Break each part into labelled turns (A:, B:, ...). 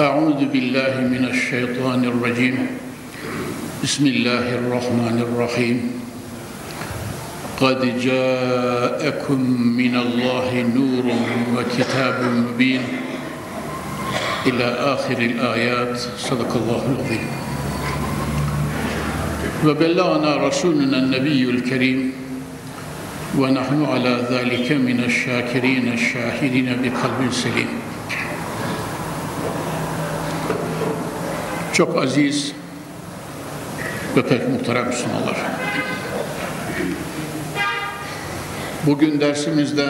A: أعوذ بالله من الشيطان الرجيم بسم الله الرحمن الرحيم قد جاءكم من الله نور وكتاب مبين إلى آخر الآيات صدق الله العظيم وبلغنا رسولنا النبي الكريم ونحن على ذلك من الشاكرين الشاهدين بقلب سليم. Çok aziz ve pek muhterem Müslümanlar. Bugün dersimizde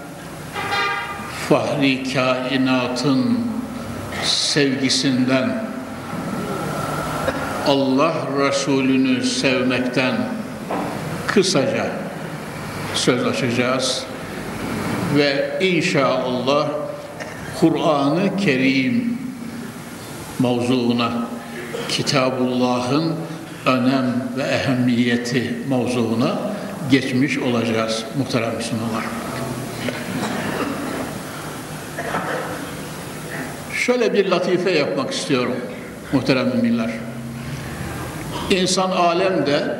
A: fahri kainatın sevgisinden, Allah Resulü'nü sevmekten kısaca söz açacağız ve inşallah Kur'an-ı Kerim mevzuuna, Kitabullah'ın önem ve ehemmiyeti mevzuuna geçmiş olacağız muhterem Müslümanlar. Şöyle bir latife yapmak istiyorum muhterem müminler. İnsan alemde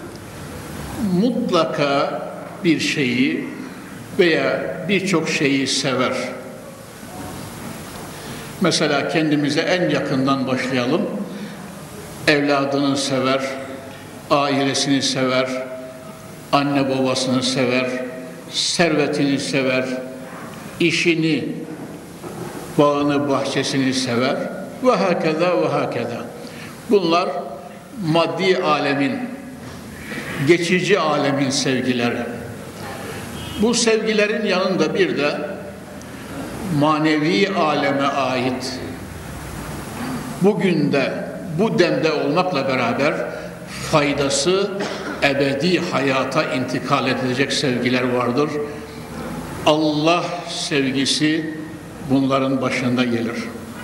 A: mutlaka bir şeyi veya birçok şeyi sever. Mesela kendimize en yakından başlayalım. Evladını sever, ailesini sever, anne babasını sever, servetini sever, işini, bağını, bahçesini sever ve hakeza ve hakeza. Bunlar maddi alemin, geçici alemin sevgileri. Bu sevgilerin yanında bir de manevi aleme ait, bugün de bu demde olmakla beraber faydası ebedi hayata intikal edilecek sevgiler vardır. Allah sevgisi bunların başında gelir.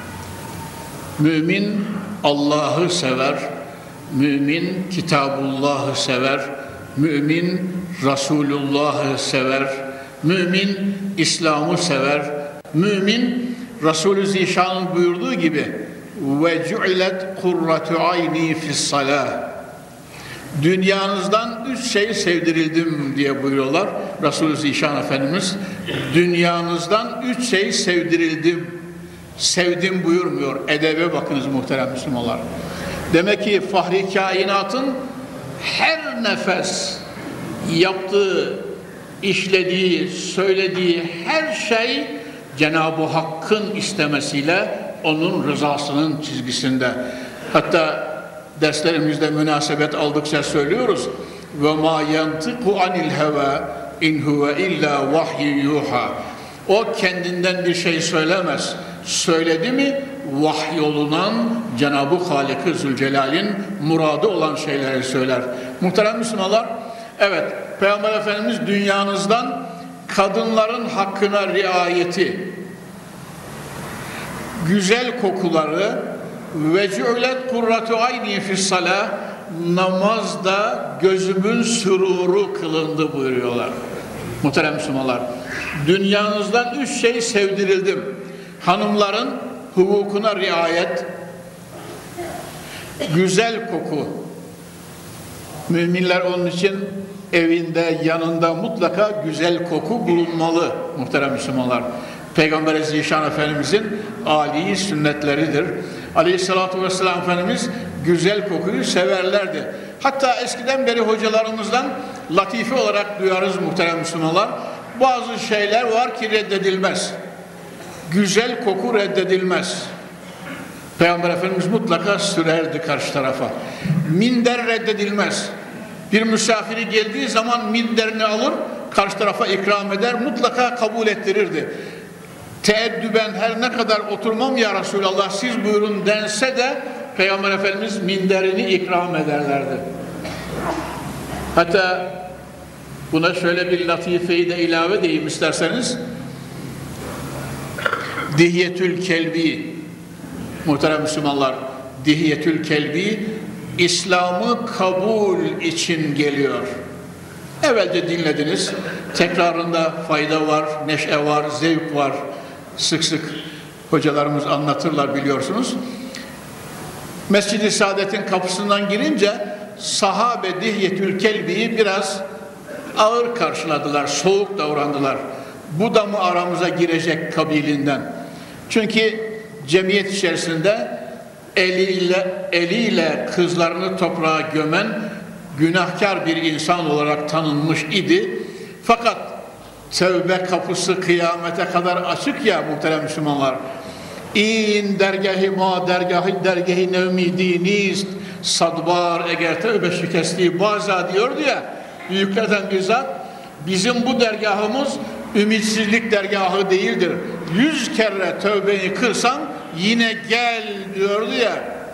A: Mümin Allah'ı sever, mümin Kitabullah'ı sever, mümin Resulullah'ı sever, mümin İslam'ı sever, mümin Resulü Zişan'ın buyurduğu gibi ve cu'ilet kurratu ayni fissalah, dünyanızdan 3 şey sevdirildim diye buyuruyorlar Resulü Zişan Efendimiz. Dünyanızdan 3 şey sevdirildim, sevdim buyurmuyor. Edebe bakınız muhterem Müslümanlar. Demek ki fahri kainatın her nefes yaptığı, işlediği, söylediği her şey Cenab-ı Hakk'ın istemesiyle onun rızasının çizgisinde. Hatta derslerimizde münasebet aldıkça söylüyoruz. Ve ma yantiku anil heva in huve illa vahyi yuha. O kendinden bir şey söylemez. Söyledi mi vahyolunan Cenab-ı Halik-i Zülcelal'in muradı olan şeyleri söyler. Muhterem Müslümanlar, evet, Peygamber Efendimiz dünyanızdan kadınların hakkına riayeti, güzel kokuları ve cu'ilet kurratu ayni fissalah, namazda gözümün süruru kılındı buyuruyorlar. Muhterem Müslümanlar, dünyanızdan 3 şey sevdirildim. Hanımların hukukuna riayet, güzel koku. Müminler onun için evinde, yanında mutlaka güzel koku bulunmalı muhterem Müslümanlar. Peygamber Zişan Efendimizin âli sünnetleridir. Aleyhissalatu vesselam Efendimiz güzel kokuyu severlerdi. Hatta eskiden beri hocalarımızdan latife olarak duyarız muhterem Müslümanlar. Bazı şeyler var ki reddedilmez. Güzel koku reddedilmez. Peygamber Efendimiz mutlaka sürerdi karşı tarafa. Minder reddedilmez. Bir misafiri geldiği zaman minderini alır, karşı tarafa ikram eder, mutlaka kabul ettirirdi. Teeddüben her ne kadar oturmam ya Resulallah siz buyurun dense de Peygamber Efendimiz minderini ikram ederlerdi. Hatta buna şöyle bir latifeyi de ilave edeyim isterseniz. Dihyetül Kelbi, muhterem Müslümanlar, Dihyetül Kelbi İslam'ı kabul için geliyor. Evvelce dinlediniz, tekrarında fayda var, neşe var, zevk var. Sık sık Hocalarımız anlatırlar biliyorsunuz. Mescid-i Saadet'in kapısından girince sahabe Dihyetül Kelbi'yi biraz ağır karşıladılar, soğuk davrandılar. Bu da mı aramıza girecek kabilinden? Çünkü cemiyet içerisinde eliyle kızlarını toprağa gömen günahkar bir insan olarak tanınmış idi. Fakat tevbe kapısı kıyamete kadar açık ya muhterem Müslümanlar. İn dergâhi ma dergâhi nevmi dinist sadbar eğer tevbe şikesti baza diyordu ya büyüklerden bir zat. Bizim bu dergahımız ümitsizlik dergahı değildir. 100 kere tövbeni kırsan yine gel diyordu ya.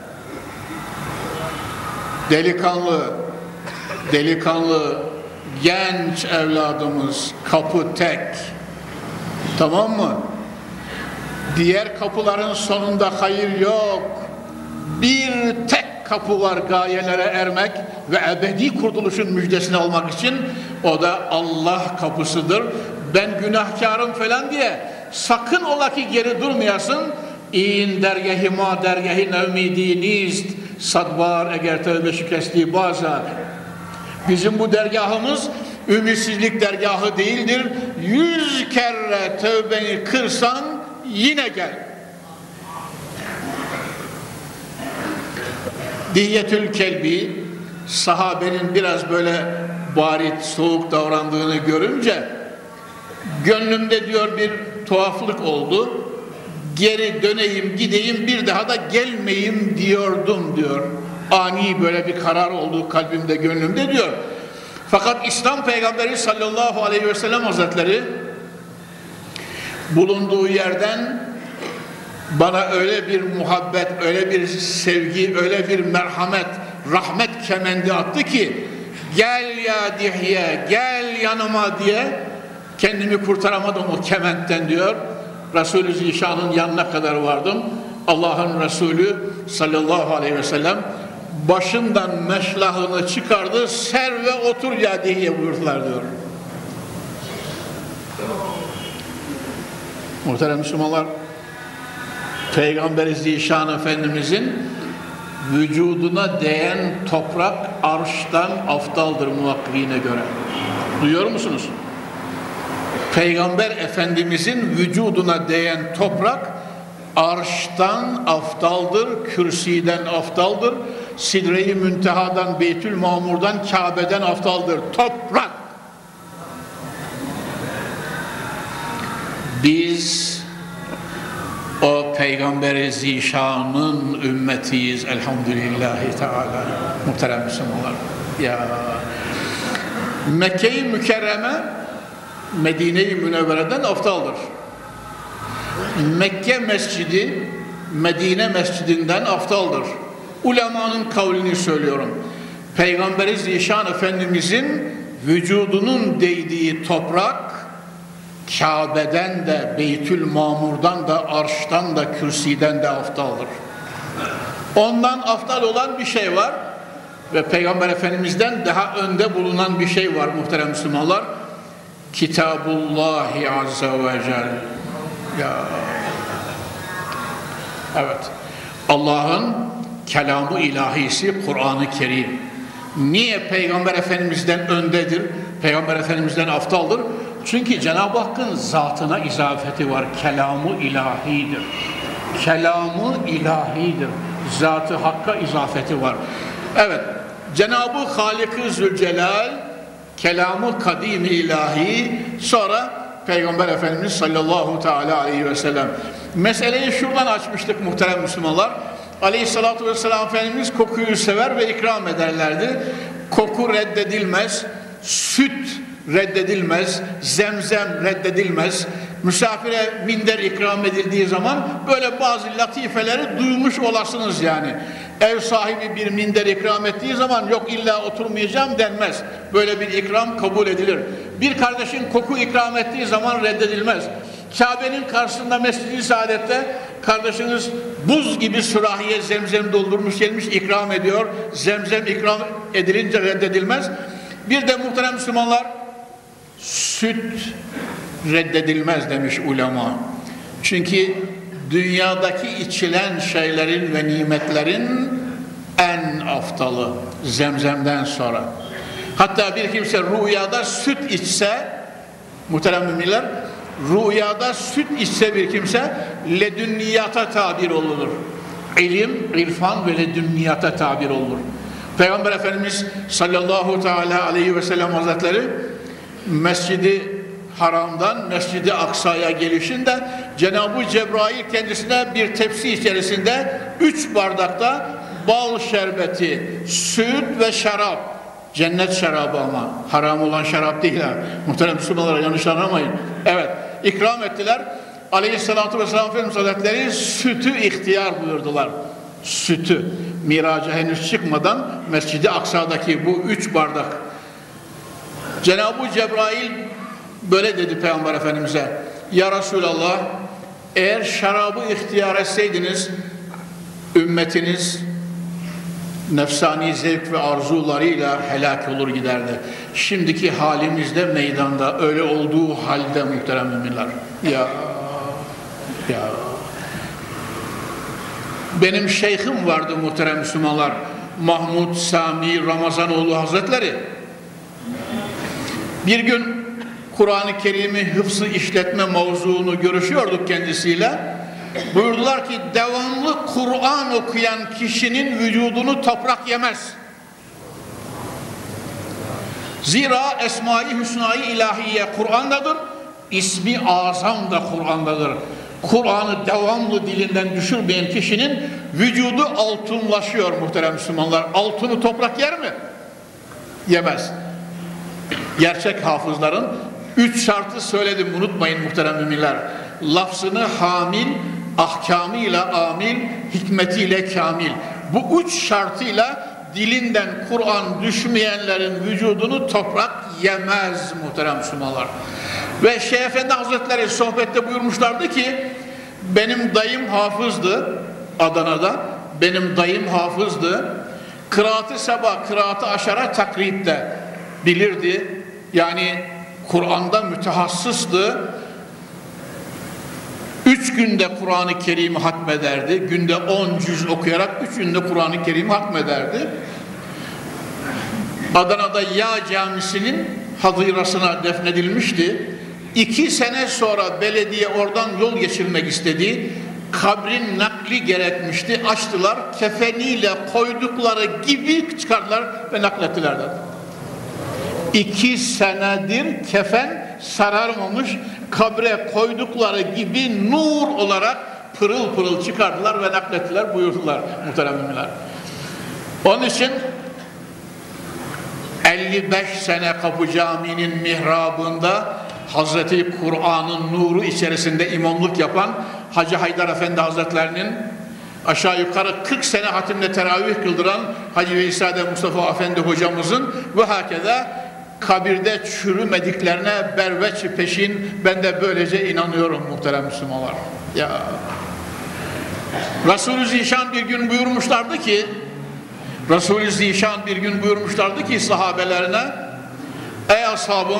A: Delikanlı genç evladımız kapı tek. Tamam mı? Diğer kapıların sonunda hayır yok. Bir tek kapı var gayelere ermek ve ebedi kurtuluşun müjdesini almak için. O da Allah kapısıdır. Ben günahkarım falan diye sakın ola ki geri durmayasın. İn dergâhi ma dergâhi nevmi dinist sadvar eğer tevbe şikesti bazar. Bizim bu dergahımız ümitsizlik dergahı değildir. 100 kere tövbeni kırsan yine gel. Dihyetül Kelbi sahabenin biraz böyle barit, soğuk davrandığını görünce gönlümde diyor bir tuhaflık oldu. Geri döneyim, gideyim, bir daha da gelmeyeyim diyordum diyor. Ani böyle bir karar oldu kalbimde, gönlümde diyor. Fakat İslam Peygamberi sallallahu aleyhi ve sellem Hazretleri bulunduğu yerden bana öyle bir muhabbet, öyle bir sevgi, öyle bir merhamet, rahmet kemendi attı ki gel ya Dihye, gel yanıma diye kendimi kurtaramadım o kementten diyor. Resulü Zişan'ın yanına kadar vardım. Allah'ın Resulü sallallahu aleyhi ve sellem başından meşlahını çıkardı, ser ve otur ya diye buyurdular diyor. Muhterem Müslümanlar, Peygamber-i Zişan Efendimizin vücuduna değen toprak arştan aftaldır muhakkikine göre. Duyuyor musunuz? Peygamber Efendimizin vücuduna değen toprak arştan aftaldır, kürsiden aftaldır, Sidre-i Münteha'dan, Beytül Mamur'dan, Kabe'den aftaldır. Toprak. Biz o Peygamber-i Zişan'ın ümmetiyiz elhamdülillahi teala. Muhterem Müslümanlar. Ya Mekke-i Mükerreme Medine-i Münevvere'den aftaldır. Mekke Mescidi Medine Mescidinden aftaldır. Ulemanın kavlini söylüyorum. Peygamber-i Zişan Efendimizin vücudunun değdiği toprak Kabe'den de, Beytül Mamur'dan da, Arş'tan da, Kürsiden de aftaldır. Ondan aftal olan bir şey var ve Peygamber Efendimiz'den daha önde bulunan bir şey var muhterem Müslümanlar. Kitabullahi Azze ve Celle. Ya. Evet. Allah'ın kelamı ilahisi Kur'an-ı Kerim. Niye Peygamber Efendimiz'den öndedir? Peygamber Efendimiz'den aftaldır? Çünkü Cenab-ı Hakk'ın zatına izafeti var. Kelamı ilahidir. Kelamı ilahidir. Zat-ı Hakk'a izafeti var. Evet. Cenab-ı Halik-ı Zülcelal kelamı kadim-i ilahi, sonra Peygamber Efendimiz sallallahu teala aleyhi ve sellem. Meseleyi şuradan açmıştık muhterem Müslümanlar. Aleyhissalatu vesselam Efendimiz kokuyu sever ve ikram ederlerdi. Koku reddedilmez, süt reddedilmez, zemzem reddedilmez. Misafire minder ikram edildiği zaman böyle bazı latifeleri duymuş olasınız yani. Ev sahibi bir minder ikram ettiği zaman yok illa oturmayacağım denmez. Böyle bir ikram kabul edilir. Bir kardeşin koku ikram ettiği zaman reddedilmez. Kabe'nin karşısında Mescid-i Saadet'te kardeşiniz buz gibi sürahiye zemzem doldurmuş gelmiş ikram ediyor. Zemzem ikram edilince reddedilmez. Bir de muhterem Müslümanlar süt reddedilmez demiş ulema. Çünkü dünyadaki içilen şeylerin ve nimetlerin en aftalı zemzemden sonra. Hatta bir kimse rüyada süt içse, muhterem müminler, rüyada süt içse bir kimse ledünniyata tabir olunur. İlim, irfan ve ledünniyata tabir olunur. Peygamber Efendimiz sallallahu teala aleyhi ve sellem Hazretleri Mescid-i Haram'dan Mescid-i Aksa'ya gelişinde Cenab-ı Cebrail kendisine bir tepsi içerisinde 3 bardakta bal şerbeti, süt ve şarap, cennet şarabı ama haram olan şarap değil ha. Muhterem Müslümanlara yanlış anlamayın. Evet, ikram ettiler. Aleyhissalatu vesselam Efendimiz Hazretleri sütü ihtiyar buyurdular. Sütü. Miraca henüz çıkmadan Mescid-i Aksa'daki bu 3 bardak. Cenab-ı Cebrail böyle dedi Peygamber Efendimiz'e: Ya Resulallah, eğer şarabı ihtiyar etseydiniz ümmetiniz nefsani zevk ve arzularıyla helak olur giderdi. Şimdiki halimizde meydanda öyle olduğu halde muhterem müminler. Ya benim şeyhim vardı muhterem Müslümanlar, Mahmud Sami Ramazanoğlu Hazretleri. Bir gün Kur'an-ı Kerim'i hıfzı işletme mevzuunu görüşüyorduk kendisiyle. Buyurdular ki devamlı Kur'an okuyan kişinin vücudunu toprak yemez. Zira Esma-i Hüsna-i İlahiye Kur'an'dadır, İsmi Azam da Kur'an'dadır. Kur'an'ı devamlı dilinden düşürmeyen kişinin vücudu altınlaşıyor muhterem Müslümanlar. Altını toprak yer mi? Yemez. Gerçek hafızların 3 şartı söyledim, unutmayın muhterem müminler. Lafzını hamil, ahkamıyla amil, hikmetiyle kamil. Bu 3 şartıyla dilinden Kur'an düşmeyenlerin vücudunu toprak yemez muhterem Müslümanlar. Ve Şeyh Efendi Hazretleri sohbette buyurmuşlardı ki benim dayım hafızdı Adana'da, benim dayım hafızdı. Kıraat-ı sabah, kıraat-ı aşara takribde bilirdi. Yani Kur'an'da mütehassıstı. 3 günde Kur'an-ı Kerim'i hatmederdi. Günde 10 cüz okuyarak 3 günde Kur'an-ı Kerim'i hatmederdi. Adana'da Yağ Camisi'nin hadırasına defnedilmişti. 2 sene sonra belediye oradan yol geçirmek istedi. Kabrin nakli gerekmişti. Açtılar, kefeniyle koydukları gibi çıkardılar ve naklettiler dedi. 2 senedir kefen sararmamış, kabre koydukları gibi nur olarak pırıl pırıl çıkardılar ve naklettiler buyurdular muhterem müminler. Onun için 55 sene Kapı Camii'nin mihrabında Hazreti Kur'an'ın nuru içerisinde imamlık yapan Hacı Haydar Efendi Hazretlerinin, aşağı yukarı 40 sene hatimle teravih kıldıran Hacı Veysade Mustafa Efendi hocamızın ve hakeza kabirde çürümediklerine berveç peşin ben de böylece inanıyorum muhterem Müslümanlar. Ya Resulü Zişan bir gün buyurmuşlardı ki sahabelerine: ey ashabım,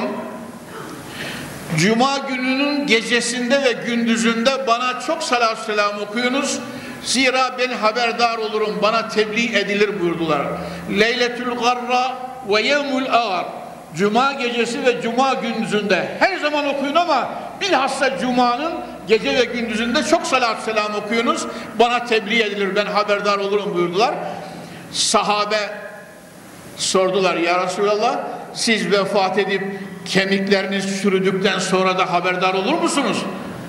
A: Cuma gününün gecesinde ve gündüzünde bana çok salatü selam okuyunuz. Zira ben haberdar olurum, bana tebliğ edilir buyurdular. Leyletül garra ve yevmül ağar. Cuma gecesi ve Cuma gündüzünde her zaman okuyun ama bilhassa Cuma'nın gece ve gündüzünde çok salatü selam okuyunuz. Bana tebliğ edilir, ben haberdar olurum buyurdular. Sahabe sordular: ya Resulallah, siz vefat edip kemikleriniz çürüdükten sonra da haberdar olur musunuz?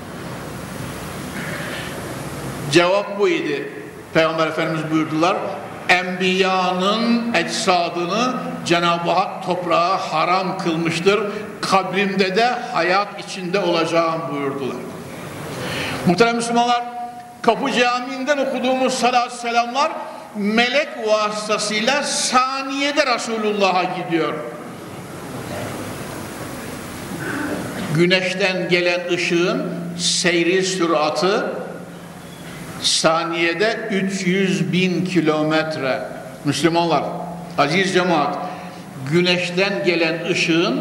A: Cevap bu idi. Peygamber Efendimiz buyurdular: Enbiyanın ecsadını Cenab-ı Hak toprağa haram kılmıştır. Kabrimde de hayat içinde olacağım buyurdular. Muhterem Müslümanlar, Kapı Camii'nden okuduğumuz salatü selamlar melek vasıtasıyla saniyede Resulullah'a gidiyor. Güneşten gelen ışığın seyri süratı saniyede 300.000 kilometre. Müslümanlar, aziz cemaat, güneşten gelen ışığın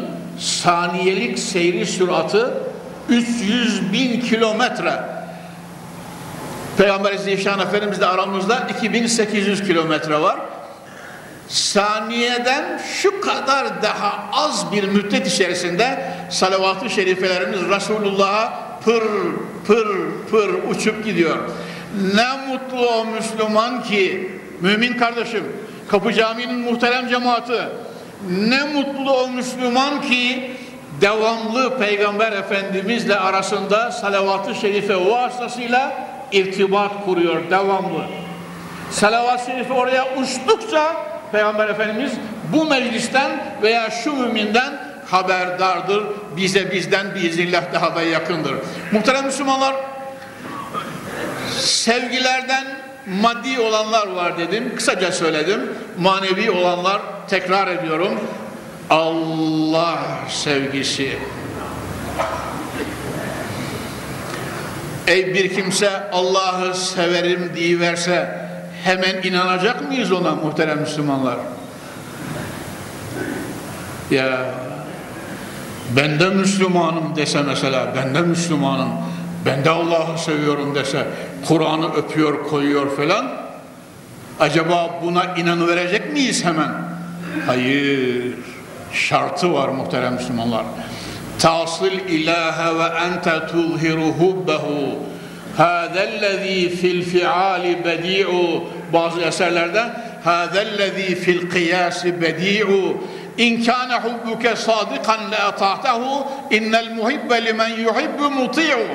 A: saniyelik seyri süratı 300.000 kilometre. Peygamber Zişan Efendimizle aramızda 2800 kilometre var. Saniyeden şu kadar daha az bir müddet içerisinde salavat-ı şerifelerimiz Resulullah'a pır pır pır uçup gidiyor. Ne mutlu o Müslüman ki, mümin kardeşim, Kapı Camii'nin muhterem cemaati, ne mutlu o Müslüman ki devamlı Peygamber Efendimizle arasında salavat-ı şerife vasıtasıyla irtibat kuruyor, devamlı. Salavat-ı şerife oraya uçtukça Peygamber Efendimiz bu meclisten veya şu müminden haberdardır. Bizden biiznillah daha da yakındır. Muhterem Müslümanlar, sevgilerden maddi olanlar var dedim. Kısaca söyledim. Manevi olanlar, tekrar ediyorum. Allah sevgisi. Ey bir kimse Allah'ı severim diyiverse hemen inanacak mıyız ona muhterem Müslümanlar? Ya ben de Müslümanım dese mesela, ben de Müslümanım, ben de Allah'ı seviyorum dese, Kur'an'ı öpüyor, koyuyor falan, acaba buna inanıverecek miyiz hemen? Hayır, şartı var muhterem Müslümanlar. Tasil ilahe ve ente tuzhiru hubbehu hâzellezî fil fi'âli bedi'u. Bazı eserlerde hâzellezî fil kıyâsi bedi'u in kâne hubbuke sâdikan le ata'tehu innel muhibbe limen yuhibbu muti'u.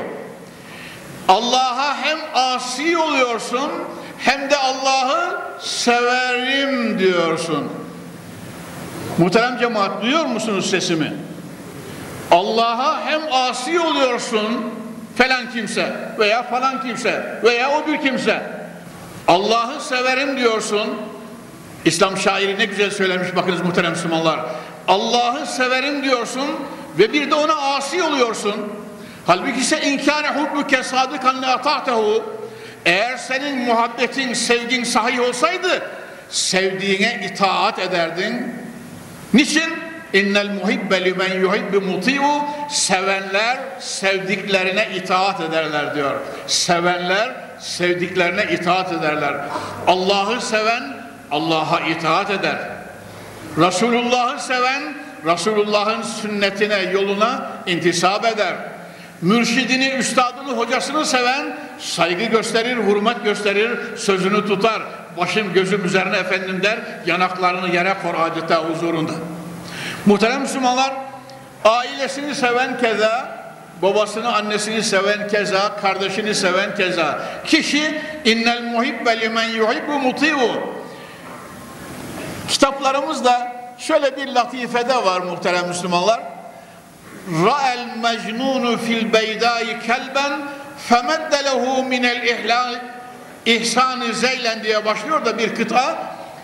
A: Allah'a hem asi oluyorsun hem de Allah'ı severim diyorsun. Muhterem cemaat, duyuyor musunuz sesimi? Allah'a hem asi oluyorsun, falan kimse veya falan kimse veya o bir kimse, Allah'ı severim diyorsun. İslam şairi ne güzel söylemiş, bakınız muhterem Müslümanlar. Allah'ı severim diyorsun ve bir de ona asi oluyorsun. Halbuki ise inkâne hubbuke sâdıkan le ata'tehu. Eğer senin muhabbetin, sevgin sahih olsaydı sevdiğine itaat ederdin. Niçin? İnnel muhibbe limen yuhibbu muti'u. Sevenler sevdiklerine itaat ederler diyor. Sevenler sevdiklerine itaat ederler. Allah'ı seven Allah'a itaat eder. Resulullah'ı seven Resulullah'ın sünnetine, yoluna intisap eder. Mürşidini, üstadını, hocasını seven saygı gösterir, hürmet gösterir, sözünü tutar. Başım gözüm üzerine efendim der, yanaklarını yere kor adeta huzurunda. Muhterem Müslümanlar, ailesini seven keza, babasını, annesini seven keza, kardeşini seven keza. Kişi innel muhibbe limen yuhibbu muti'u. Kitaplarımızda şöyle bir latifede var muhterem Müslümanlar. Ra'el mecnunu fil beydai kelben femedde lehu minel ihlal ihsan-ı zeylen diye başlıyor da bir kıta.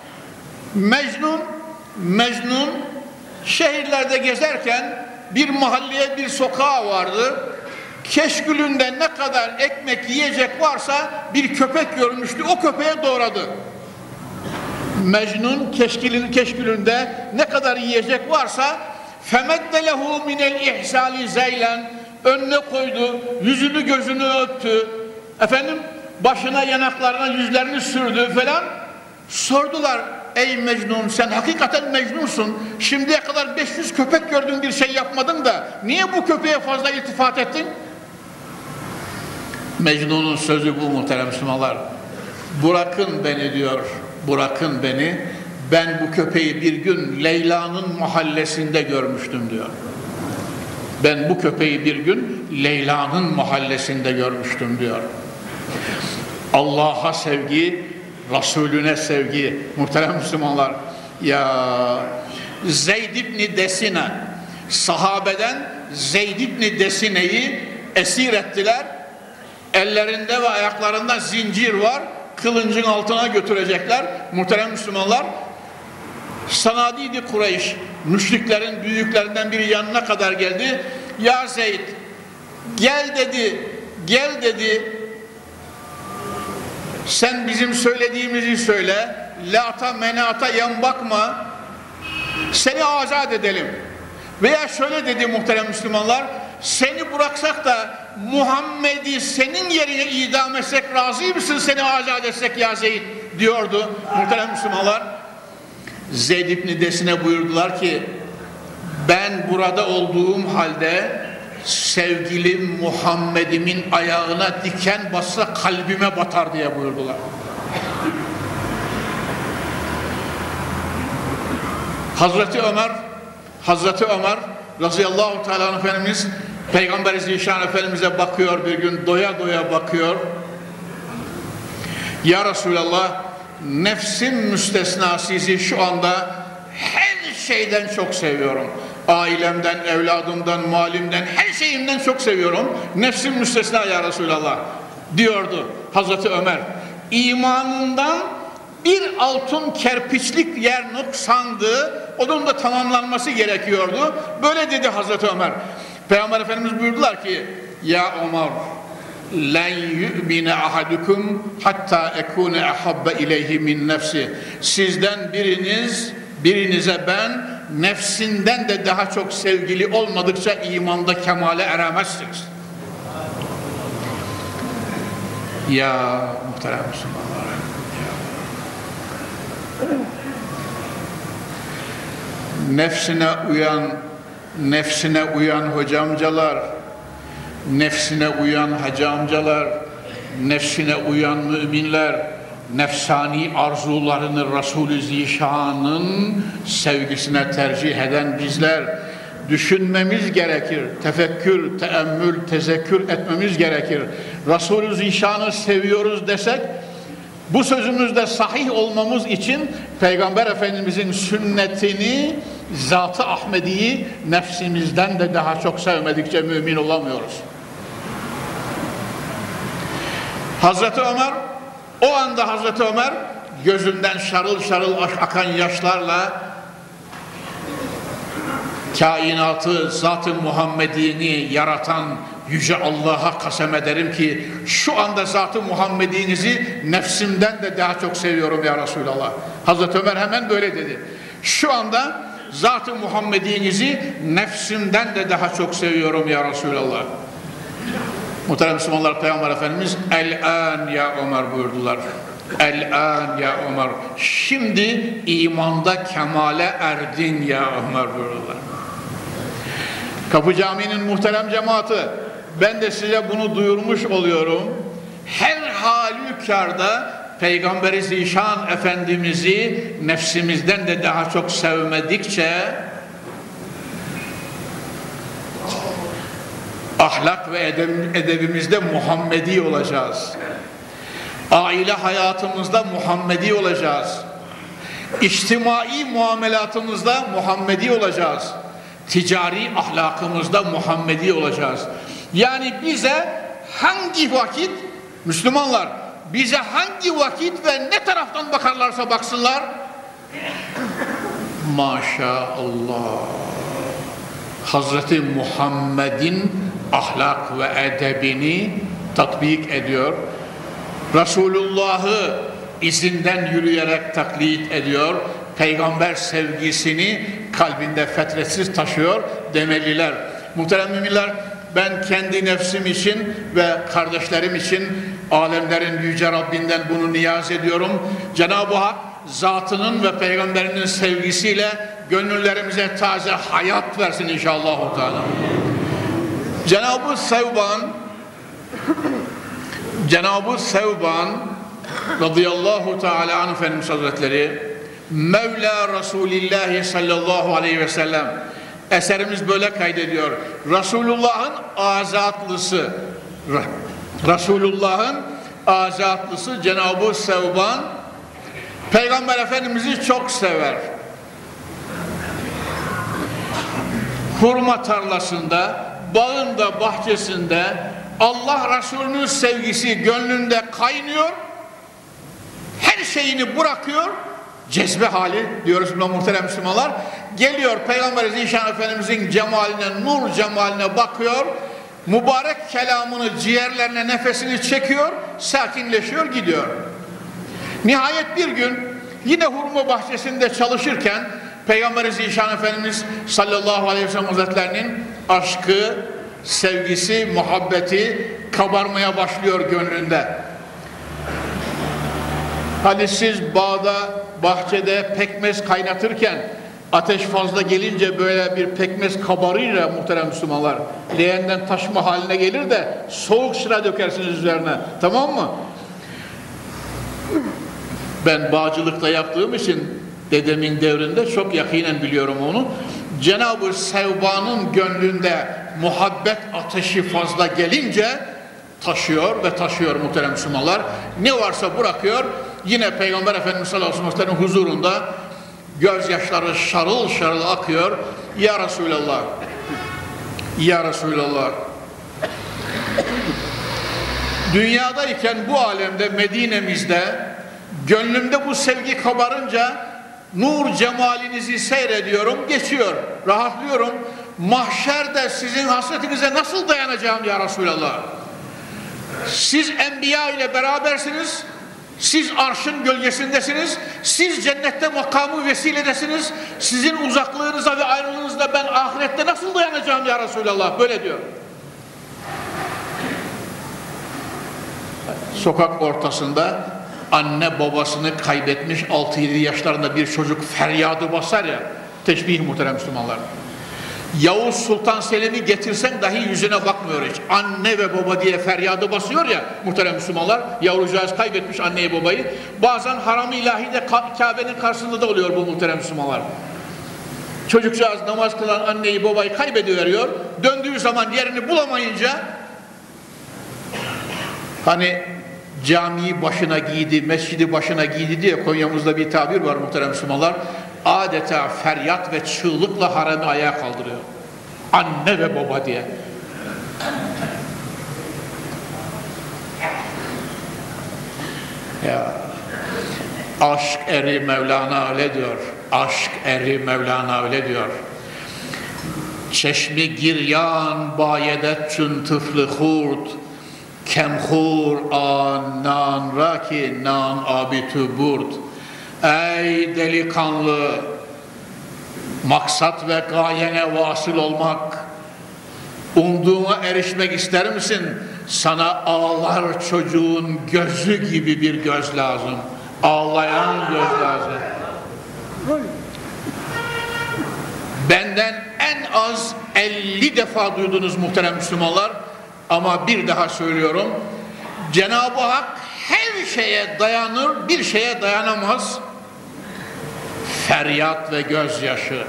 A: Mecnun şehirlerde gezerken bir mahalleye, bir sokağa vardı. Keşkülünde ne kadar ekmek yiyecek varsa bir köpek görmüştü, o köpeğe doğradı. Mecnun keşkülünde ne kadar yiyecek varsa femedde lehu minel ihsali zeylen, önüne koydu, yüzünü gözünü öptü, efendim başına, yanaklarına, yüzlerini sürdü falan. Sordular, ey Mecnun, sen hakikaten Mecnunsun, şimdiye kadar 500 köpek gördün, bir şey yapmadın da niye bu köpeğe fazla iltifat ettin? Mecnun'un sözü bu muhterem Müslümanlar. Bırakın beni diyor, bırakın beni, ben bu köpeği bir gün Leyla'nın mahallesinde görmüştüm diyor. Ben bu köpeği bir gün Leyla'nın mahallesinde görmüştüm diyor. Allah'a sevgi, Resulüne sevgi muhterem Müslümanlar. Ya Zeyd ibn Desine, sahabeden Zeyd ibn Desine'yi esir ettiler. Ellerinde ve ayaklarında zincir var, kılıncın altına götürecekler muhterem Müslümanlar. Sanadid-i Kureyş, müşriklerin büyüklerinden biri yanına kadar geldi. Ya Zeyd, gel dedi, gel dedi. Sen bizim söylediğimizi söyle, lata menata yan bakma, seni azat edelim. Veya şöyle dedi muhterem Müslümanlar, seni bıraksak da Muhammed'i senin yerine idam etsek razı mısın, seni azat etsek ya Zeyd diyordu muhterem Müslümanlar. Zeyd İbni Desine buyurdular ki ben burada olduğum halde sevgilim Muhammed'imin ayağına diken bassa kalbime batar diye buyurdular. Hazreti Ömer radıyallahu teala anh Efendimiz Peygamber-i Zişan Efendimiz'e bakıyor, bir gün doya doya bakıyor. Ya Resulallah, nefsim müstesna sizi şu anda her şeyden çok seviyorum. Ailemden, evladımdan, malimden, her şeyimden çok seviyorum. Nefsim müstesna ya Resulallah diyordu Hazreti Ömer. İmanından bir altın kerpiçlik yer noksandı, onun da tamamlanması gerekiyordu. Böyle dedi Hazreti Ömer. Peygamber Efendimiz buyurdular ki ya Ömer len yu'mine ahadukum hatta ekune ahabbe ileyhi min nefsi. Sizden birinize ben nefsinden de daha çok sevgili olmadıkça imanda kemale eremezsiniz. Ya muhterem Müslümanlar, nefsine uyan hoca amcalar, nefsine uyan hacı amcalar, nefsine uyan müminler, nefsani arzularını Resulü Zişan'ın sevgisine tercih eden bizler düşünmemiz gerekir, tefekkür, teemmül, tezekkür etmemiz gerekir. Resulü Zişan'ı seviyoruz desek, bu sözümüzde sahih olmamız için Peygamber Efendimizin sünnetini, Zat-ı Ahmedi'yi nefsimizden de daha çok sevmedikçe mümin olamıyoruz. O anda Hazreti Ömer gözünden şarıl şarıl akan yaşlarla kainatı, Zat-ı Muhammed'ini yaratan Yüce Allah'a kasem ederim ki şu anda Zat-ı Muhammed'inizi nefsimden de daha çok seviyorum ya Resulallah. Hazreti Ömer hemen böyle dedi. Şu anda Zat-ı Muhammed'inizi nefsimden de daha çok seviyorum ya Resulallah. Muhterem Müslümanlar, Peygamber Efendimiz el-an ya Ömer buyurdular. El-an ya Ömer. Şimdi imanda kemale erdin ya Ömer buyurdular. Kapı Camii'nin muhterem cemaati, ben de size bunu duyurmuş oluyorum. Her halükarda Peygamber-i Zişan Efendimiz'i nefsimizden de daha çok sevmedikçe ahlak ve edebimizde Muhammedi olacağız. Aile hayatımızda Muhammedi olacağız. İçtimai muamelatımızda Muhammedi olacağız. Ticari ahlakımızda Muhammedi olacağız. Yani bize hangi vakit, Müslümanlar, bize hangi vakit ve ne taraftan bakarlarsa baksınlar, maşallah, Hazreti Muhammed'in ahlak ve edebini tatbik ediyor. Resulullah'ı izinden yürüyerek taklit ediyor. Peygamber sevgisini kalbinde fetretsiz taşıyor demeliler. Muhterem müminler, ben kendi nefsim için ve kardeşlerim için alemlerin yüce Rabbinden bunu niyaz ediyorum. Cenab-ı Hak zatının ve peygamberinin sevgisiyle gönüllerimize taze hayat versin inşallah. Cenab-ı Sevban radıyallahu teala anh Efendimiz Hazretleri Mevla Resulullah sallallahu aleyhi ve sellem, eserimiz böyle kaydediyor. Resulullah'ın azatlısı Cenab-ı Sevban Peygamber Efendimiz'i çok sever. Hurma tarlasında, bağında, bahçesinde Allah Resulü'nün sevgisi gönlünde kaynıyor. Her şeyini bırakıyor. Cezbe hali diyoruz buna muhterem Müslümanlar. Geliyor Peygamber Zişan Efendimizin cemaline, nur cemaline bakıyor. Mübarek kelamını ciğerlerine, nefesini çekiyor. Sakinleşiyor, gidiyor. Nihayet bir gün yine hurma bahçesinde çalışırken Peygamber Zişan Efendimiz sallallahu aleyhi ve sellem Hazretlerinin aşkı, sevgisi, muhabbeti kabarmaya başlıyor gönlünde. Hani siz bağda, bahçede pekmez kaynatırken ateş fazla gelince böyle bir pekmez kabarır ya muhterem Müslümanlar. Leğenden taşma haline gelir de soğuk sıra dökersiniz üzerine. Tamam mı? Ben bağcılıkta yaptığım için dedemin devrinde çok yakinen biliyorum onu. Cenab-ı Sevba'nın gönlünde muhabbet ateşi fazla gelince taşıyor ve taşıyor muhterem Müslümanlar. Ne varsa bırakıyor. Yine Peygamber Efendimiz sallallahu aleyhi ve sellem'in huzurunda gözyaşları şarıl şarıl akıyor. Ya Resulallah, Ya Resulallah, dünyadayken bu alemde, Medine'mizde gönlümde bu sevgi kabarınca nur cemalinizi seyrediyorum, geçiyor, rahatlıyorum. Mahşerde sizin hasretinize nasıl dayanacağım ya Resulallah? Siz enbiya ile berabersiniz, siz arşın gölgesindesiniz, siz cennette makamı vesiledesiniz, sizin uzaklığınıza ve ayrılığınızda ben ahirette nasıl dayanacağım ya Resulallah? Böyle diyor. Sokak ortasında anne babasını kaybetmiş 6-7 yaşlarında bir çocuk feryadı basar ya, teşbih muhterem Müslümanlar. Yavuz Sultan Selim'i getirsen dahi yüzüne bakmıyor hiç. Anne ve baba diye feryadı basıyor ya muhterem Müslümanlar. Yavrucağız kaybetmiş anneyi babayı. Bazen haram-ı ilahi de Kabe'nin karşısında da oluyor bu muhterem Müslümanlar. Çocukcağız namaz kılan anneyi babayı kaybediveriyor. Döndüğü zaman yerini bulamayınca hani camiyi başına giydi, mescidi başına giydi diye Konya'mızda bir tabir var muhterem Müslümanlar. Adeta feryat ve çığlıkla haremi ayağa kaldırıyor. Anne ve baba diye. Ya, aşk eri Mevlana öyle diyor. Aşk eri Mevlana öyle diyor. Çeşmi giryan bayedet çün tıflı hurt kemhur an nan raki nan abitü burd. Ey delikanlı, maksat ve gayene vasıl olmak, umduğuna erişmek ister misin? Sana ağlar çocuğun gözü gibi bir göz lazım. Ağlayan göz lazım. Benden en az 50 defa duydunuz muhterem Müslümanlar, ama bir daha söylüyorum. Cenab-ı Hak her şeye dayanır, bir şeye dayanamaz. Feryat ve gözyaşı.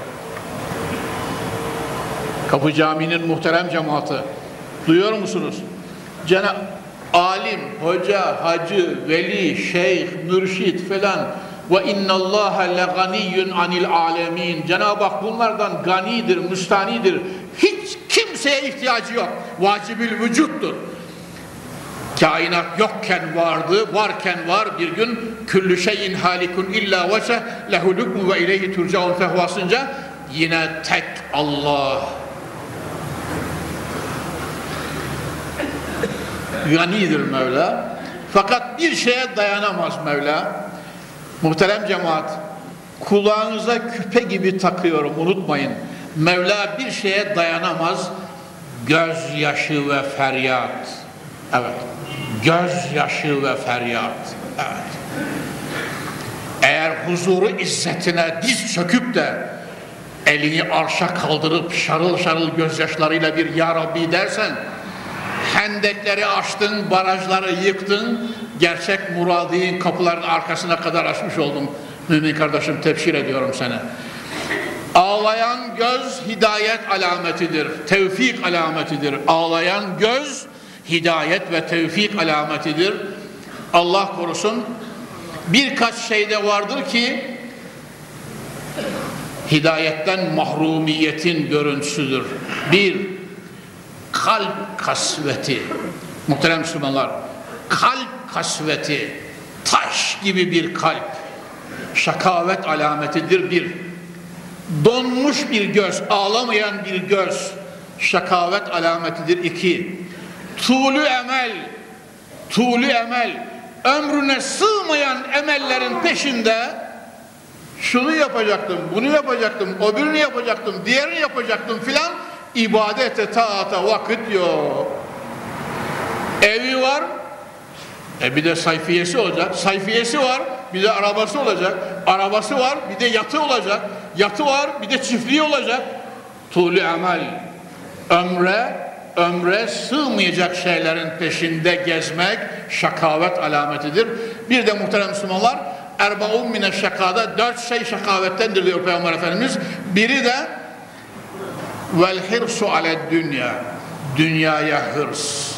A: Kapı Camii'nin muhterem cemaati, duyuyor musunuz? Alim, hoca, hacı, veli, şeyh, mürşit falan ve innallâhe leganiyyun anil alemin. Cenab-ı Hak bunlardan ganidir, müstanidir. Hiç kimseye ihtiyacı yok. Vacibül vücuttur. Kainat yokken vardı, varken var, bir gün küllü şeyin halikun illa veçe lehu lükmü ve ileyhi turcaun fehvasınca yine tek Allah. Ganidir Mevla. Fakat bir şeye dayanamaz Mevla. Muhterem cemaat, kulağınıza küpe gibi takıyorum, unutmayın. Mevla bir şeye dayanamaz. Gözyaşı ve feryat. Evet. Gözyaşı ve feryat. Evet. Eğer huzuru izzetine diz çöküp de elini arşa kaldırıp şarıl şarıl gözyaşlarıyla bir Ya Rabbi dersen, hendekleri açtın, barajları yıktın, gerçek muradîn kapıların arkasına kadar açmış oldun. Mümin kardeşim, tebşir ediyorum seni. Ağlayan göz hidayet alametidir, tevfik alametidir. Ağlayan göz hidayet ve tevfik alametidir. Allah korusun, birkaç şeyde vardır ki hidayetten mahrumiyetin görüntüsüdür. Bir, kalp kasveti. Muhterem Müslümanlar, kalp kasveti, taş gibi bir kalp şakavet alametidir. Bir, donmuş bir göz, ağlamayan bir göz şakavet alametidir. İki, tuğlu emel, ömrüne sığmayan emellerin peşinde şunu yapacaktım, bunu yapacaktım, öbürünü yapacaktım, diğerini yapacaktım filan, ibadete, taata vakit yok. Evi var, bir de sayfiyesi olacak. Sayfiyesi var, bir de arabası olacak. Arabası var, bir de yatı olacak. Yatı var, bir de çiftliği olacak. Tûl-i amel, ömre sığmayacak şeylerin peşinde gezmek şakavet alametidir. Bir de muhterem Müslümanlar, erbaun mine şakada, 4 şey şakavettendir diyor Peygamber Efendimiz. Biri de vel hirsu aled dünya, dünyaya hırs.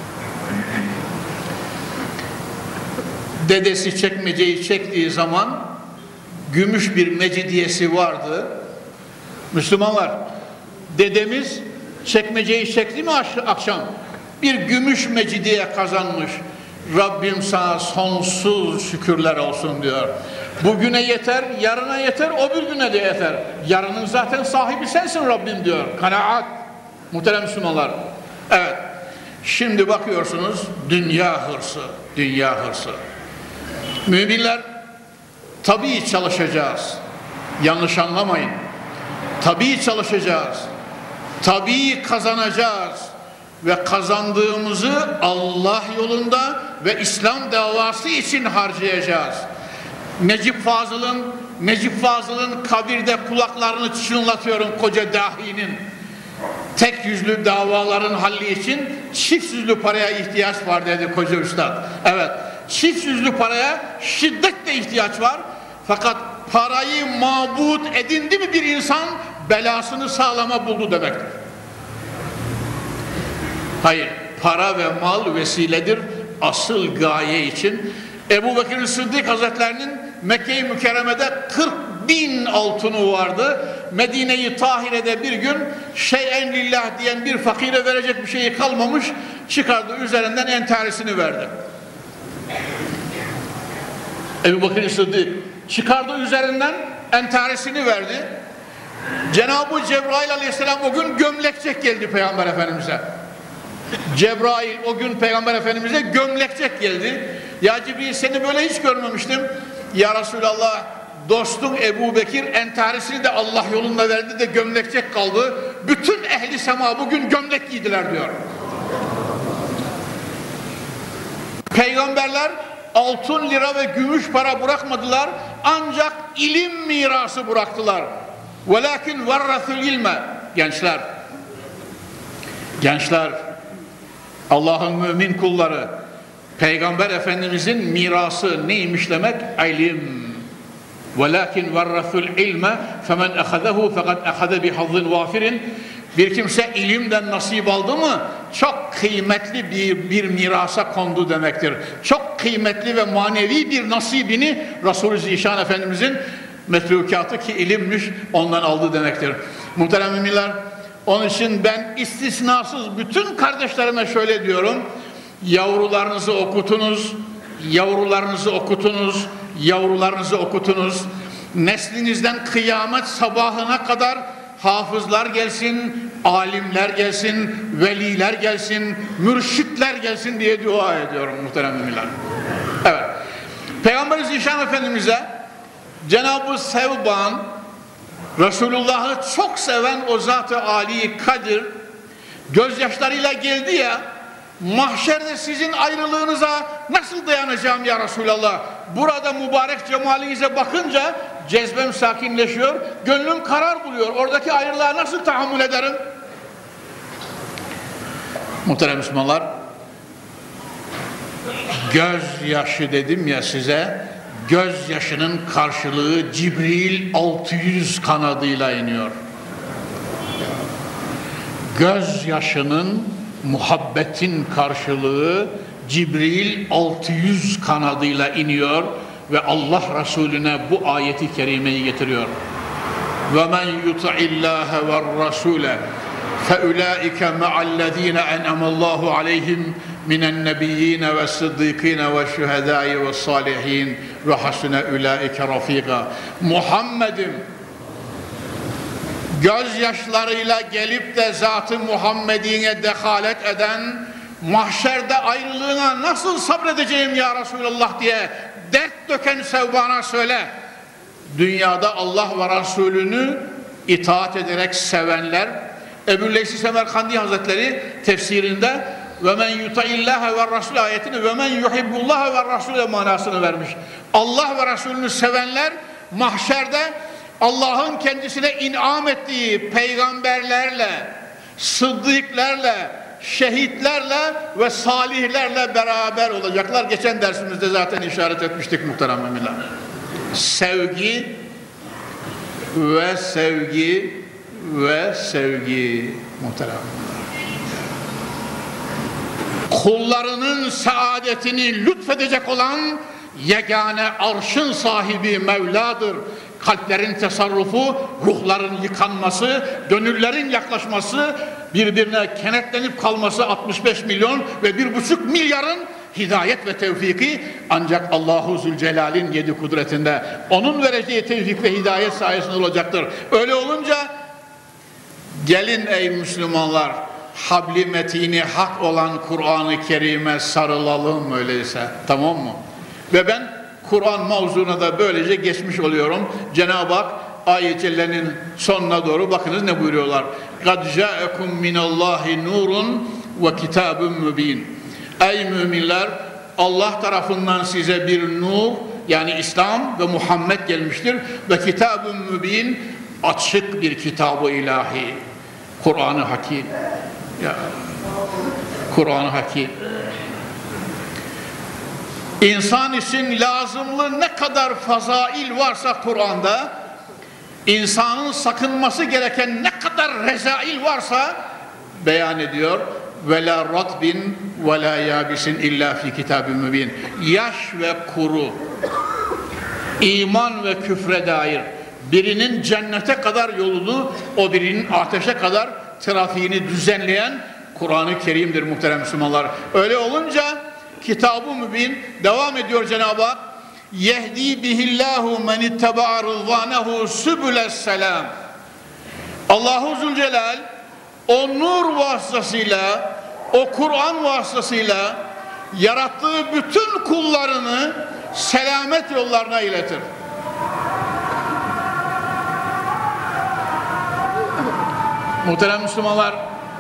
A: Dedesi çekmeceyi çektiği zaman gümüş bir mecidiyesi vardı. Müslümanlar, dedemiz çekmeceyi çekti mi akşam? Bir gümüş mecidiye kazanmış. Rabbim sana sonsuz şükürler olsun diyor. Bugüne yeter, yarına yeter, o bir güne de yeter. Yarının zaten sahibi sensin Rabbim diyor. Kanaat. Muhterem Müslümanlar. Evet. Şimdi bakıyorsunuz dünya hırsı. Dünya hırsı. Müminler tabii çalışacağız. Yanlış anlamayın. Tabii çalışacağız. Tabii kazanacağız. Ve kazandığımızı Allah yolunda ve İslam davası için harcayacağız. Necip Fazıl'ın kabirde kulaklarını çınlatıyorum koca dahinin. Tek yüzlü davaların halli için çift yüzlü paraya ihtiyaç var dedi koca üstad. Evet, çift yüzlü paraya şiddetle ihtiyaç var. Fakat parayı mabut edindi mi bir insan belasını sağlama buldu demektir. Hayır, para ve mal vesiledir asıl gaye için. Ebu Bekir Sıddık Hazretlerinin Mekke-i Mükerreme'de 40.000 altını vardı. Medine-i Tahire'de bir gün şeyen lillah diyen bir fakire verecek bir şeyi kalmamış, çıkardı üzerinden entarisini verdi. Ebu Bekir Sıddık çıkardı üzerinden entarisini verdi. Cenab-ı Cebrail Aleyhisselam o gün gömlekçek geldi Peygamber Efendimiz'e. Cebrail o gün Peygamber Efendimiz'e gömlekçek geldi. Ya Cibril, seni böyle hiç görmemiştim. Ya Resulallah, dostum Ebu Bekir entarisini de Allah yolunda verdi de gömlekçek kaldı. Bütün ehli sema bugün gömlek giydiler diyor. Peygamberler altın, lira ve gümüş para bırakmadılar. Ancak ilim mirası bıraktılar. Velakin varrathul ilme. Gençler, Allah'ın mümin kulları, Peygamber Efendimizin mirası neymiş demek? İlim. Velakin varrathul ilme femen ahadehu fakat ahade bihazzin vafirin. Bir kimse ilimden nasip aldı mı çok kıymetli bir mirasa kondu demektir. Çok kıymetli ve manevi bir nasibini Resul-i Zişan Efendimizin metrukatı ki ilimmiş ondan aldı demektir. Muhterem müminler, onun için ben istisnasız bütün kardeşlerime şöyle diyorum: yavrularınızı okutunuz, yavrularınızı okutunuz, yavrularınızı okutunuz. Neslinizden kıyamet sabahına kadar hafızlar gelsin, alimler gelsin, veliler gelsin, mürşitler gelsin diye dua ediyorum muhterem müminler. Evet. Peygamber Zişan Efendimiz'e Cenab-ı Sevban, Resulullah'ı çok seven o Zat-ı Ali Kadir gözyaşlarıyla geldi ya, mahşerde sizin ayrılığınıza nasıl dayanacağım ya Resulallah? Burada mübarek cemalinize bakınca cezbem sakinleşiyor, gönlüm karar buluyor. Oradaki ayrılığa nasıl tahammül ederim? Muhterem Müslümanlar, gözyaşı dedim ya size, gözyaşının karşılığı Cibril 600 kanadıyla iniyor. Gözyaşının, muhabbetin karşılığı Cibril 600 kanadıyla iniyor ve Allah Resulüne bu ayeti kerimeyi getiriyor. وَمَنْ يُطِعِ اللّٰهَ وَالرَّسُولَ فَاُولَٰئِكَ مَعَ الَّذ۪ينَ اَنْعَمَ اللّٰهُ عَلَيْهِمْ مِنَ النَّبِيِّينَ وَالصِّدِّيقِينَ وَالشُّهَدَاءِ وَالصَّالِحِينَ وَحَسُنَ اُولَٰئِكَ رَف۪يقًا. Muhammed'im gözyaşlarıyla gelip de Zat-ı Muhammed'ine dehalet eden, mahşerde ayrılığına nasıl sabredeceğim ya Resulallah diye dert döken Sevban'a söyle. Dünyada Allah ve Resulünü itaat ederek sevenler, Ebu Leysi Semerkandi Hazretleri tefsirinde ve men yutaillaha ve rasul ayetini ve men yuhibbullaha ve rasule manasını vermiş. Allah ve Resulünü sevenler mahşerde Allah'ın kendisine inam ettiği peygamberlerle, sıddıklarla, şehitlerle ve salihlerle beraber olacaklar. Geçen dersimizde zaten işaret etmiştik muhterem müminler. Sevgi ve sevgi ve sevgi muhterem müminler. Kullarının saadetini lütfedecek olan yegane arşın sahibi Mevla'dır. Kalplerin tasarrufu, ruhların yıkanması, gönüllerin yaklaşması, birbirine kenetlenip kalması 65 milyon ve 1,5 milyarın hidayet ve tevfiki ancak Allahu Zülcelal'in yedi kudretinde, onun vereceği tevfik ve hidayet sayesinde olacaktır. Öyle olunca gelin ey Müslümanlar, habli metini hak olan Kur'an-ı Kerim'e sarılalım öyleyse, tamam mı? Ve ben Kur'an mavzuna da böylece geçmiş oluyorum. Cenab-ı Hak ayet-i celle'nin sonuna doğru bakınız ne buyuruyorlar? قَدْ جَاءَكُمْ مِنَ اللّٰهِ نُورٌ وَكِتَابٌ مُب۪ينٌ. Ey müminler, Allah tarafından size bir nur, yani İslam ve Muhammed gelmiştir. Ve kitab-ı mübin, açık bir kitab-ı ilahi. Kur'an-ı Hakim. Ya, Kur'an-ı Hakim. İnsan için lazımlı ne kadar fazail varsa Kur'an'da, insanın sakınması gereken ne kadar rezail varsa beyan ediyor. Ve la ratbin ve la yabisin illa fi kitab-ı mübin. Yaş ve kuru, iman ve küfre dair, birinin cennete kadar yolunu, o birinin ateşe kadar trafiğini düzenleyen Kur'an-ı Kerim'dir muhterem Müslümanlar. Öyle olunca Kitab-ı Mübin devam ediyor Cenab-ı Hak. Yehdi bihillahu men ittaba'a rızvanehu sübüles selam. Allahu Zülcelal o nur vasıtasıyla, o Kur'an vasıtasıyla yarattığı bütün kullarını selamet yollarına iletir. Muhterem Müslümanlar,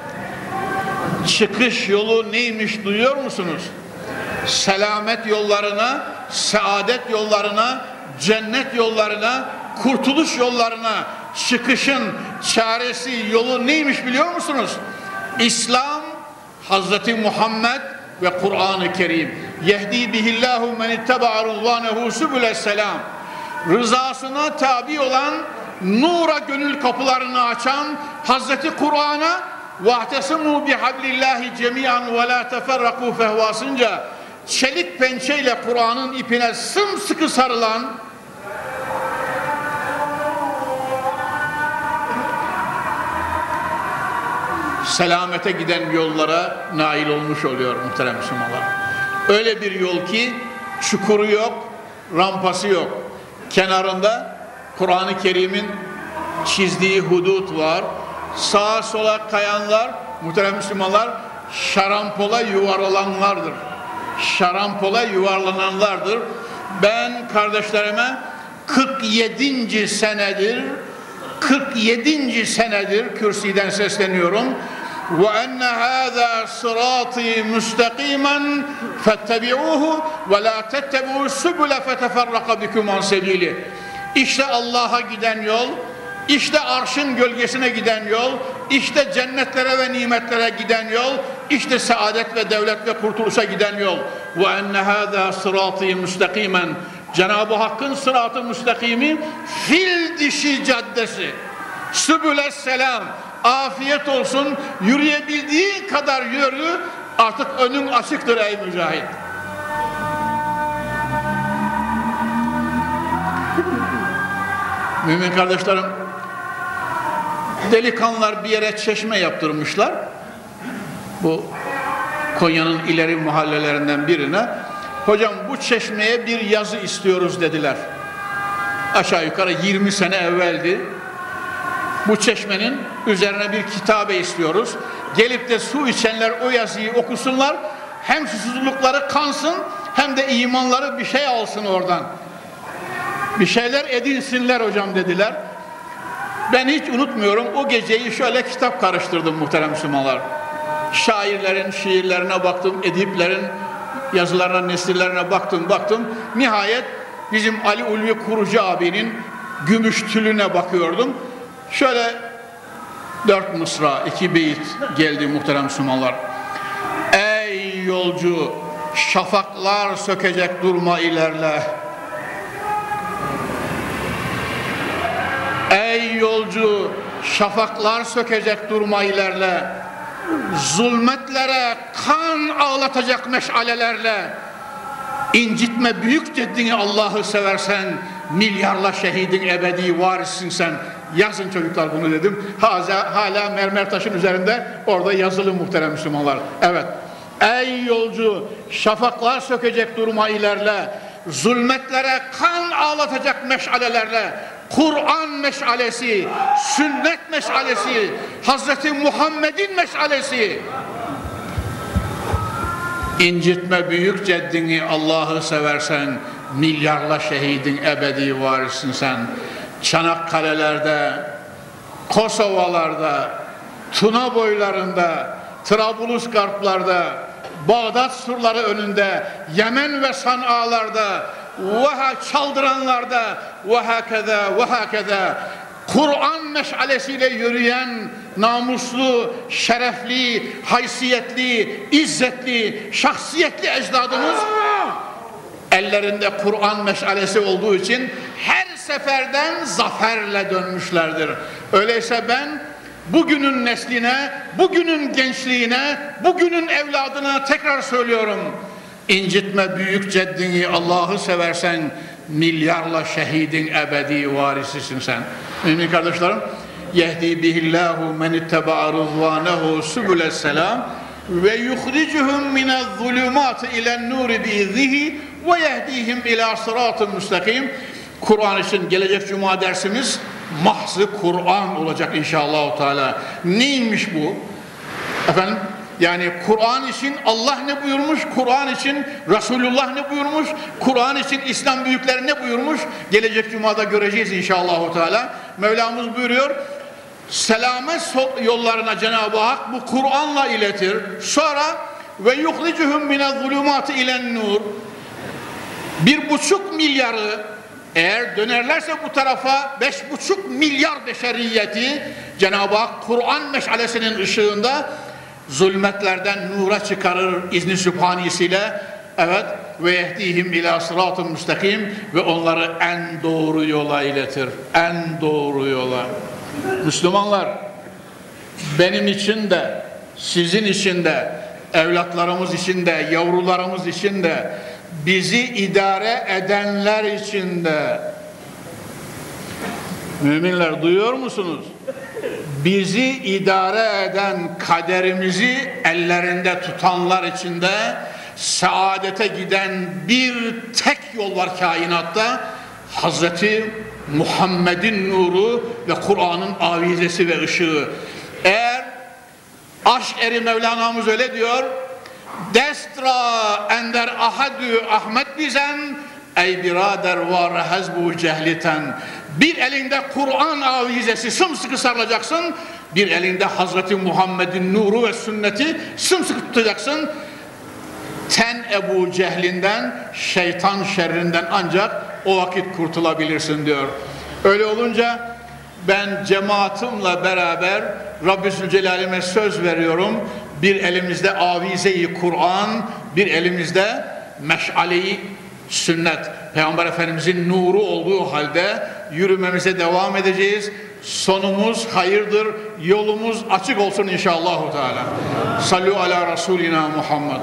A: çıkış yolu neymiş duyuyor musunuz? Selamet yollarına, saadet yollarına, cennet yollarına, kurtuluş yollarına çıkışın çaresi, yolu neymiş biliyor musunuz? İslam, Hazreti Muhammed ve Kur'an-ı Kerim. Yehdi bihillahu men ittaba'a rızvanehu sübüles selam. Rızasına tabi olan, nura gönül kapılarını açan Hazreti Kur'an'a vahtesimu bihablillahi cemiyan ve la teferraku fehvasınca çelik pençeyle Kur'an'ın ipine sımsıkı sarılan, selamete giden yollara nail olmuş oluyor muhterem Müslümanlar. Öyle bir yol ki çukuru yok, rampası yok. Kenarında Kur'an-ı Kerim'in çizdiği hudut var. Sağa sola kayanlar muhterem Müslümanlar şarampola yuvarlananlardır. Şarampola yuvarlananlardır. Ben kardeşlerime 47. senedir kürsüden sesleniyorum. Ve enne hâzâ sırâtî müstakîmen fettebi'ûhu ve lâ tettebi'û sübüle feteferraka biküm an sebîli. İşte Allah'a giden yol, işte arşın gölgesine giden yol, işte cennetlere ve nimetlere giden yol, işte saadet ve devlet ve kurtuluşa giden yol. Ve enne hâzâ sırâtî müstakîmen. Cenab-ı Hakk'ın sırat-ı müstakimi fil dişi caddesi. Sübüles selam. Afiyet olsun. Yürüyebildiğin kadar yürü. Artık önün açıktır ey mücahit. Mümin kardeşlerim, delikanlılar bir yere çeşme yaptırmışlar. Bu Konya'nın ileri mahallelerinden birine. Hocam bu çeşmeye bir yazı istiyoruz dediler. Aşağı yukarı 20 sene evveldi. Bu çeşmenin üzerine bir kitabe istiyoruz. Gelip de su içenler o yazıyı okusunlar. Hem susuzlukları kansın hem de imanları bir şey alsın oradan. Bir şeyler edinsinler hocam dediler. Ben hiç unutmuyorum, o geceyi şöyle kitap karıştırdım muhterem Müslümanlar. Şairlerin şiirlerine baktım, ediplerin yazılarına, nesillerine baktım. Nihayet bizim Ali Ulvi Kurucu abinin Gümüş Tülü'ne bakıyordum. Şöyle 4 mısra, 2 beyit geldi muhterem Müslümanlar. Ey yolcu, şafaklar sökecek durma ilerle. Ey yolcu, şafaklar sökecek durma ilerle. Zulmetlere kan ağlatacak meşalelerle. İncitme büyük ceddini Allah'ı seversen, milyarla şehidin ebedi varissin sen. Yazın çocuklar bunu dedim. Hala mermer taşın üzerinde orada yazılı muhterem Müslümanlar. Evet. Ey yolcu, şafaklar sökecek durma ilerle. Zulmetlere kan ağlatacak meşalelerle. Kur'an meşalesi, sünnet meşalesi, Hazreti Muhammed'in meşalesi. İncitme büyük ceddini Allah'ı seversen, milyarla şehidin ebedi varissin sen. Çanakkale'lerde, Kosovalarda, Tuna boylarında, Trablusgarplarda, Bağdat surları önünde, Yemen ve San'alarda, çaldıranlarda ve hakeza Kur'an meşalesiyle yürüyen namuslu, şerefli, haysiyetli, izzetli, şahsiyetli ecdadımız ellerinde Kur'an meşalesi olduğu için her seferden zaferle dönmüşlerdir. Öyleyse ben bugünün nesline, bugünün gençliğine, bugünün evladına tekrar söylüyorum. İncitme büyük ceddini Allah'ı seversen, milyarla şehidin ebedi varisisin sen. Mümin kardeşlerim, yehdi bihillahu men itteba'a rızvanehu subulesselam ve yuhricuhum minezzulumat ilen nuri biiznihi ve yehdihim ila sıratın müstakim. Kur'an için gelecek cuma dersimiz mahzı Kur'an olacak inşallah Teala. Neymiş bu? Efendim, yani Kur'an için Allah ne buyurmuş, Kur'an için Resulullah ne buyurmuş, Kur'an için İslam büyükleri ne buyurmuş, gelecek cumada göreceğiz inşallah Teala. Mevlamız buyuruyor, selamet yollarına Cenab-ı Hak bu Kur'an'la iletir. Sonra ve yuhricuhum minezzulumati ilen nur, 1,5 milyarı eğer dönerlerse bu tarafa 5,5 milyar beşeriyeti Cenab-ı Hak Kur'an meşalesinin ışığında zulmetlerden nura çıkarır izni sübhanisiyle. Evet, ve yehdihim ila sıratın müstakim, ve onları en doğru yola iletir. En doğru yola. Müslümanlar, benim için de, sizin için de, evlatlarımız için de, yavrularımız için de, bizi idare edenler için de, müminler duyuyor musunuz? Bizi idare eden, kaderimizi ellerinde tutanlar için de saadete giden bir tek yol var kainatta. Hazreti Muhammed'in nuru ve Kur'an'ın avizesi ve ışığı. Eğer aşk eri Mevlana'mız öyle diyor, destra ender ahadü Ahmet bizen ey birader var hezbu cehliten. Bir elinde Kur'an avizesi sımsıkı sarılacaksın, bir elinde Hazreti Muhammed'in nuru ve sünneti sımsıkı tutacaksın. Ten Ebu Cehlinden, şeytan şerrinden ancak o vakit kurtulabilirsin diyor. Öyle olunca ben cemaatimle beraber Rabbi Zülcelal'ime söz veriyorum. Bir elimizde avize-i Kur'an, bir elimizde meşale-i sünnet. Peygamber Efendimizin nuru olduğu halde yürümemize devam edeceğiz. Sonumuz hayırdır, yolumuz açık olsun inşallah. Sallu ala Resulina Muhammed.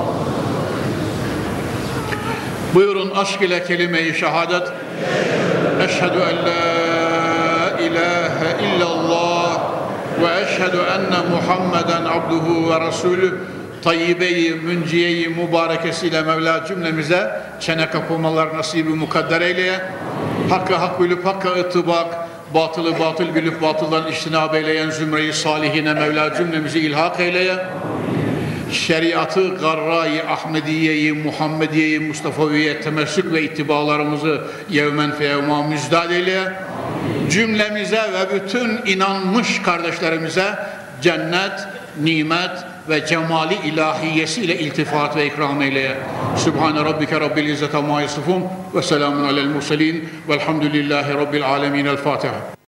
A: Buyurun aşk ile kelime-i şehadet. Eşhedü en la ilahe illallah ve eşhedü enne Muhammeden abduhu ve resulü. Tayyibe-i, münciye-i, mübarekesiyle Mevla cümlemize çene kapılmalar nasibi mukadder eyleye. Hakkı hak bilip hakka ıttıbak, batılı batıl bilip batıldan iştinab eyleyen zümre-i salihine Mevla cümlemizi ilhak eyleye. Şeriatı, garra-i Ahmediye-i, Muhammediye-i, Mustafa'ya temessük ve ittibalarımızı yevmen feyevma müzdad eyleye. Cümlemize ve bütün inanmış kardeşlerimize cennet, nimet ve cemali ilahiyesiyle iltifat ve ikram eyle. Sübhane Rabbike Rabbil İzzet amma yasifun ve selamun alel murselin velhamdülillahi Rabbil alemin. El Fatiha.